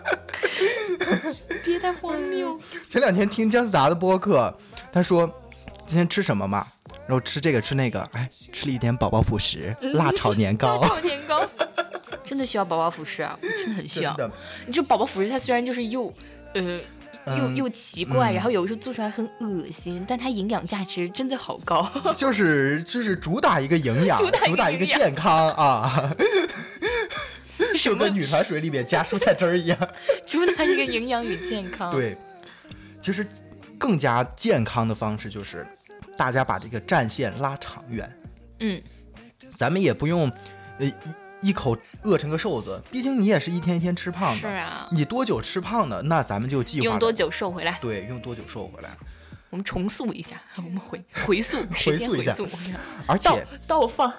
别太荒谬。 前2天听姜思达的播客，他说今天吃什么嘛，然后吃这个吃那个，吃了一点宝宝辅食，辣炒年糕。 辣炒年糕真的需要宝宝辅食啊，真的很需要。你这宝宝辅食它虽然就是又奇怪，然后有时候做出来很恶心，但它营养价值真的好高。 就是主打一个营养，主打一个健康啊。就跟女团水里面加蔬菜汁儿一样， 主打一个营养与健康。 对，其实更加健康的方式就是大家把这个战线拉长远。咱们也不用一口饿成个瘦子，毕竟你也是一天一天吃胖的。 是啊， 你多久吃胖的，那咱们就计划用多久瘦回来。 对，用多久瘦回来。 我们重塑一下，我们回溯时间，回溯。 而且倒放。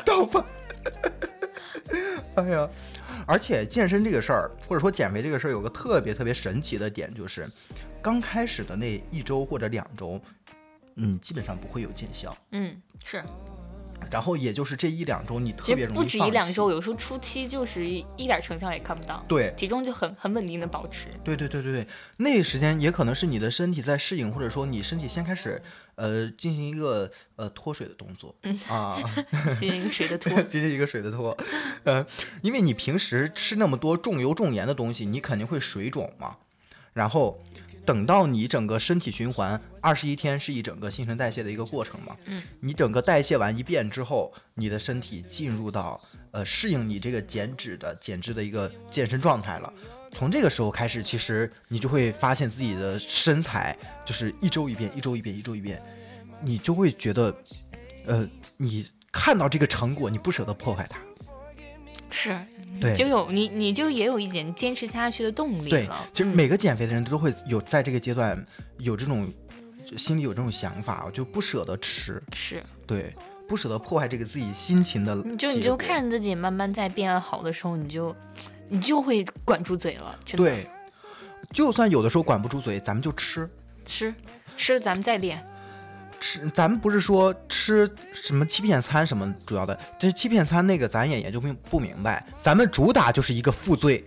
哎呀，而且健身这个事儿，或者说减肥这个事儿，有个特别特别神奇的点，就是刚开始的那1周或者2周，基本上不会有见效。 是。 然后也就是这1-2周，你特别容易不止1-2周，有时候初期就是一点成效也看不到。 对， 体重就很稳定的保持。 对，那时间也可能是你的身体在适应，或者说你身体先开始进行一个脱水的动作。 进行一个水的脱。 进行一个水的脱。因为你平时吃那么多重油重盐的东西，你肯定会水肿嘛。然后等到你整个身体循环21天是一整个新陈代谢的一个过程嘛。你整个代谢完一遍之后，你的身体进入到适应你这个减脂的一个健身状态了。从这个时候开始，其实你就会发现自己的身材就是1周一变，你就会觉得你看到这个成果，你不舍得破坏它。 是。 对， 你就也有一点坚持下去的动力了。 对，其实每个减肥的人都会有在这个阶段有这种心里有这种想法，就不舍得吃。 是。 对，不舍得破坏这个自己心情的。 你就看自己慢慢在变好的时候，你就会管住嘴了。真的。 对，就算有的时候管不住嘴，咱们就吃， 咱们再练。 咱们不是说吃什么欺骗餐什么主要的，这欺骗餐那个咱也研究不明白，咱们主打就是一个负罪。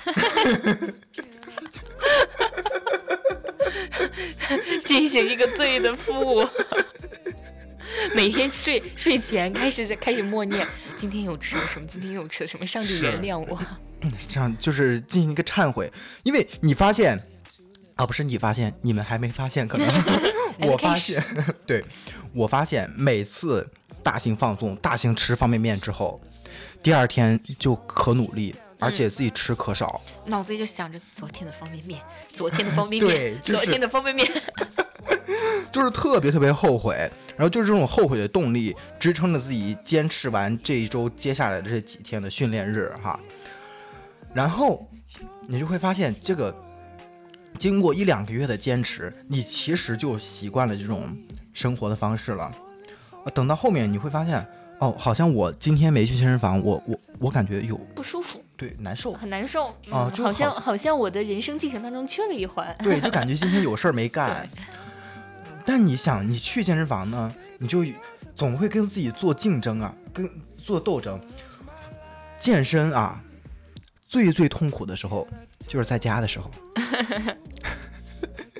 进行一个罪的负。每天睡前开始默念，今天有吃了什么，今天有吃了什么，上帝原谅我。 这样就是进行一个忏悔，因为你发现不是你发现，你们还没发现，可能我发现，对，我发现每次大型放纵、大型吃方便面之后，第2天就可努力，而且自己吃可少， 脑子里就想着昨天的方便面， 对， 昨天的方便面， 就是特别特别后悔，然后就是这种后悔的动力支撑着自己坚持完这1周接下来的这几天的训练日哈，然后你就会发现这个。经过1-2个月的坚持，你其实就习惯了这种生活的方式了。等到后面你会发现，好像我今天没去健身房，我感觉有不舒服， 对，难受， 很难受好像我的人生进程当中缺了一环。 对，就感觉今天有事儿没干。但你想，你去健身房呢，你就总会跟自己做竞争啊，跟做斗争。健身啊，最痛苦的时候就是在家的时候。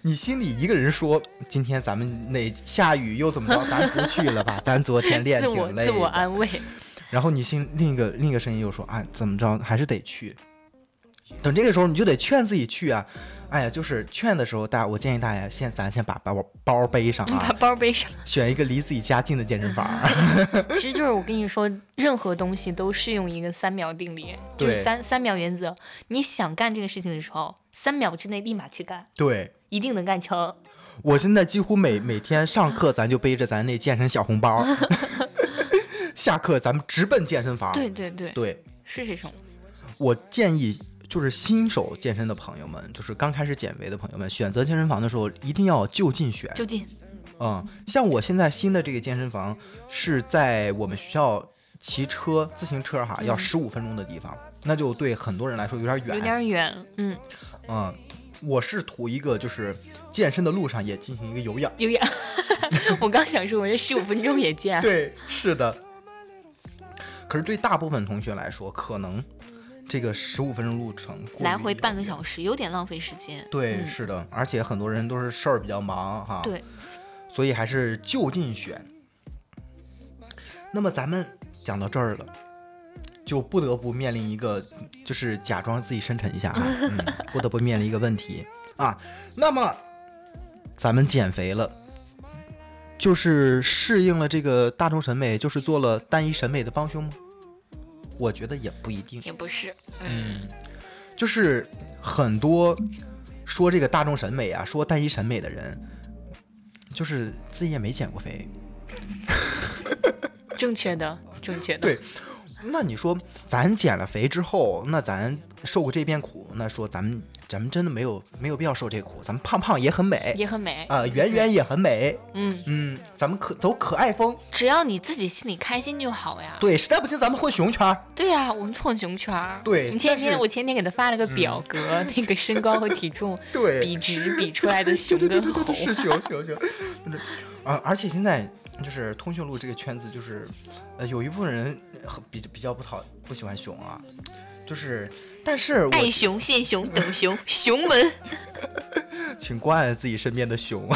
你心里一个人说今天咱们那下雨又怎么着，咱不去了吧，咱昨天练挺累的， 自我安慰。 然后你另一个声音又说，哎，怎么着还是得去。等这个时候你就得劝自己去啊。哎呀，就是劝的时候，我建议大家咱先把包背上啊， 把包背上， 选一个离自己家近的健身房。 其实就是我跟你说，任何东西都适用一个3秒定理，就是三秒原则。你想干这个事情的时候，3秒之内立马去干， 对， 一定能干成。 我现在几乎每天上课，咱就背着咱那健身小红包，下课咱们直奔健身房。 对，是这种。 我建议。就是新手健身的朋友们，就是刚开始减肥的朋友们，选择健身房的时候一定要就近选。 就近。 像我现在新的这个健身房是在我们学校骑车自行车要15分钟的地方，那就对很多人来说有点远。我是图一个就是健身的路上也进行一个有氧。 我刚想说，我这15分钟也健。 对，是的。可是对大部分同学来说，可能这个15分钟路程来回半个小时有点浪费时间。 对，是的，而且很多人都是事儿比较忙哈。 对， 所以还是就近选。那么咱们讲到这儿了，就不得不面临一个，就是假装自己深沉一下不得不面临一个问题啊。那么咱们减肥了，就是适应了这个大众审美，就是做了单一审美的帮凶吗？我觉得也不一定， 也不是。 就是很多说这个大众审美啊，说单一审美的人，就是自己也没减过肥。 正确的。 对，那你说咱减了肥之后，那咱受过这片苦，那说咱们真的没有必要受这苦，咱们胖也很美，圆也很美。咱们走可爱风， 只要你自己心里开心就好呀。 对，实在不行咱们混熊圈。 对呀，我们混熊圈。 对， 我前天给他发了个表格，那个身高和体重对比值比出来的熊跟猴。 是熊。而且现在就是通讯录这个圈子，就是有一部分人比较不喜欢熊啊，就是但是爱熊见熊等熊熊们， 请关爱自己身边的熊。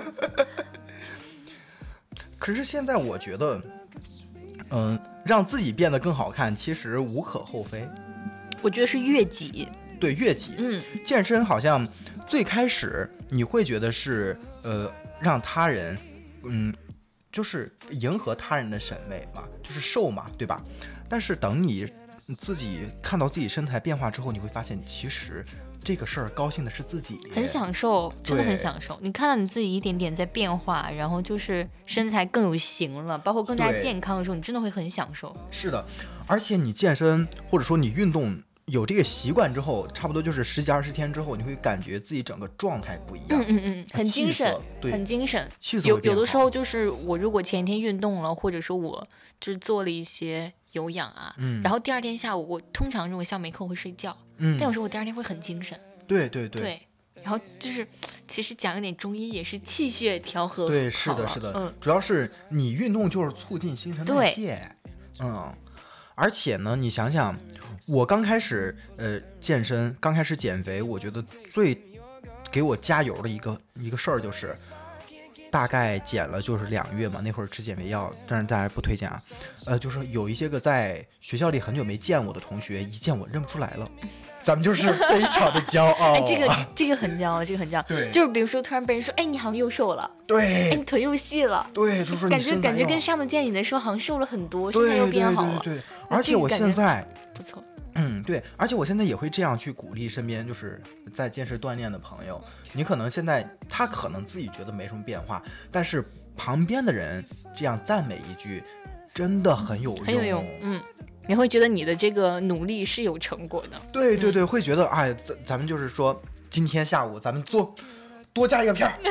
可是现在我觉得让自己变得更好看其实无可厚非。 我觉得是悦己。 对，悦己。健身好像最开始你会觉得是让他人就是迎合他人的审美嘛，就是瘦嘛，对吧？但是等你自己看到自己身材变化之后，你会发现其实这个事儿高兴的是自己， 很享受，真的很享受。你看到你自己一点点在变化，然后就是身材更有型了，包括更加健康的时候，你真的会很享受。 是的，而且你健身或者说你运动有这个习惯之后，差不多就是10几20天之后，你会感觉自己整个状态不一样。 很精神，很精神。有的时候就是我如果前一天运动了，或者说我就做了一些有氧啊，然后第二天下午我通常如果下没课我会睡觉，但有时候我第二天会很精神。 对。 然后就是其实讲一点中医也是气血调和。 对，是的。主要是你运动就是促进新陈代谢。而且呢，你想想，我刚开始健身，刚开始减肥，我觉得最给我加油的一个事儿就是，大概减了就是2个月嘛，那会儿吃减肥药，但是大家不推荐啊。就是有一些个在学校里很久没见我的同学，一见我认不出来了，咱们就是非常的骄傲。 这个很骄傲， 对， 就是比如说突然被人说，哎，你好像又瘦了， 对， 哎，你腿又细了， 对，就是感觉跟上次见你的时候好像瘦了很多，身材又变好了。 对，而且我现在不错。 对，而且我现在也会这样去鼓励身边就是在健身锻炼的朋友。你可能现在他可能自己觉得没什么变化，但是旁边的人这样赞美一句，真的很有用。 你会觉得你的这个努力是有成果的。 对，会觉得哎，咱们就是说今天下午咱们多加一个片儿，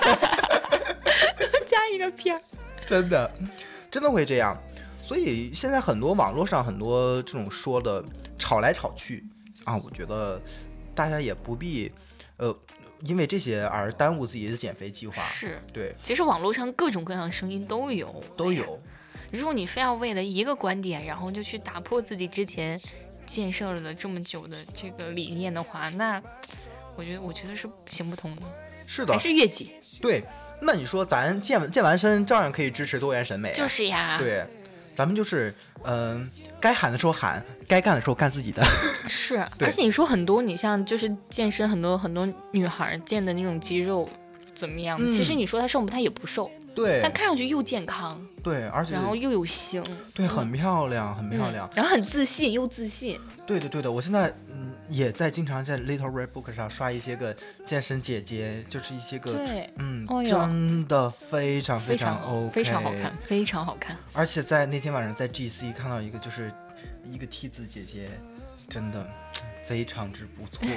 加一个片儿， 真的会这样。所以现在很多网络上很多这种说的吵来吵去啊，我觉得大家也不必因为这些而耽误自己的减肥计划。 是， 对。 其实网络上各种各样的声音都有。如果你非要为了一个观点，然后就去打破自己之前建设了这么久的这个理念的话，那我觉得是行不通的。 是的， 还是悦己。 对，那你说咱健完身照样可以支持多元审美、 就是呀。 对，咱们就是该喊的时候喊，该干的时候干自己的。 是，而且你说很多，你像就是健身，很多女孩健的那种肌肉怎么样？其实你说她瘦不，她也不瘦。 对， 但看上去又健康， 对，而且然后又有型， 对，很漂亮，很漂亮， 然后很自信又自信。 对的，对的，我现在也在经常在 Little Red Book 上刷一些个健身姐姐，就是一些个对， 真的非常非常 OK， 非常好看，非常好看。 而且在那天晚上在 GC 看到一个就是一个 T 字姐姐，真的非常之不错。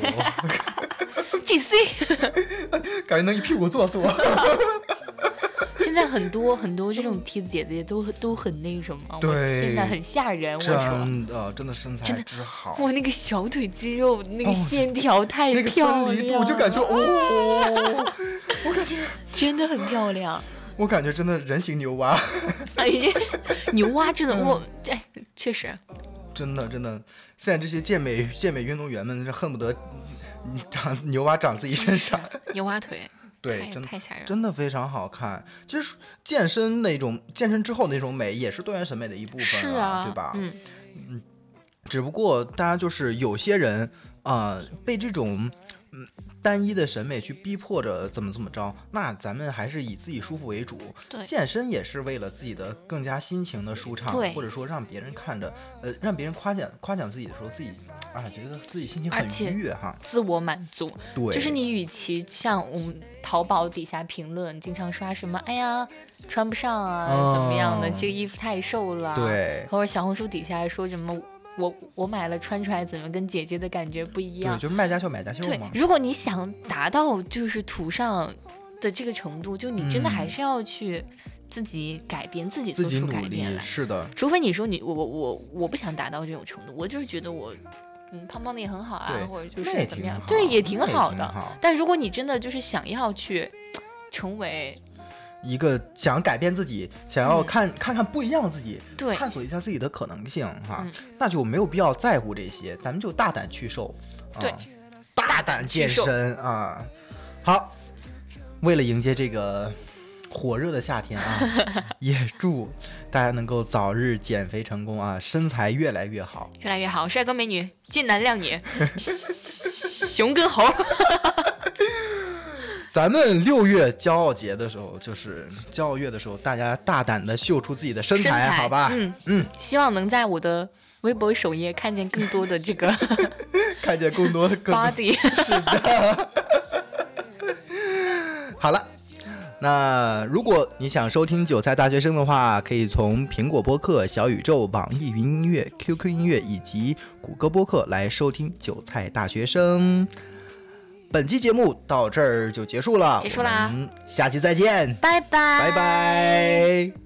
GC 感觉能一屁股坐死我。 现在很多这种T 字姐姐都很那什么， 对， 现在很吓人。我说真的身材之好， 哇，那个小腿肌肉那个线条太漂亮了， 那个分离度就感觉我感觉真的很漂亮。 我感觉真的人形牛蛙。 哎，牛蛙真的确实。 真的，现在这些健美运动员们恨不得牛蛙长自己身上， 牛蛙腿。 对， 太吓人了， 真的非常好看。就是健身之后那种美，也是多元审美的一部分， 是啊， 对吧？只不过大家就是有些人被这种单一的审美去逼迫着怎么着，那咱们还是以自己舒服为主。 对， 健身也是为了自己的更加心情的舒畅，或者说让别人看着让别人夸奖自己的时候，自己觉得自己心情很愉悦哈， 自我满足。 对， 就是你与其像我们淘宝底下评论经常刷什么哎呀穿不上啊，怎么样的，这个衣服太瘦了， 对， 或者小红书底下说什么我买了穿出来怎么跟姐姐的感觉不一样， 对，就是卖家秀嘛。 对，如果你想达到就是图上的这个程度，就你真的还是要去自己改变，自己做出改变来。 是的， 除非你说我不想达到这种程度，我就是觉得我胖胖的也很好啊，或者就是怎么样，对，也挺好的。但如果你真的就是想要去成为一个想改变自己，想要看看不一样的自己， 对， 探索一下自己的可能性哈，那就没有必要在乎这些，咱们就大胆去瘦， 对， 大胆健身啊。好，为了迎接这个火热的夏天啊，也祝大家能够早日减肥成功啊，身材越来越好， 越来越好，帅哥美女，俊男靓女，熊跟猴。 咱们6月骄傲节的时候，就是骄傲月的时候，大家大胆的秀出自己的身材，好吧？ 希望能在我的微博首页看见更多的这个， 看见更多 body。 是的。好了，那如果你想收听韭菜大学生的话，可以从苹果播客、小宇宙、网易云音乐、QQ 音乐以及谷歌播客来收听韭菜大学生。本期节目到这儿就结束了， 结束啦， 下期再见， 拜拜， 拜拜。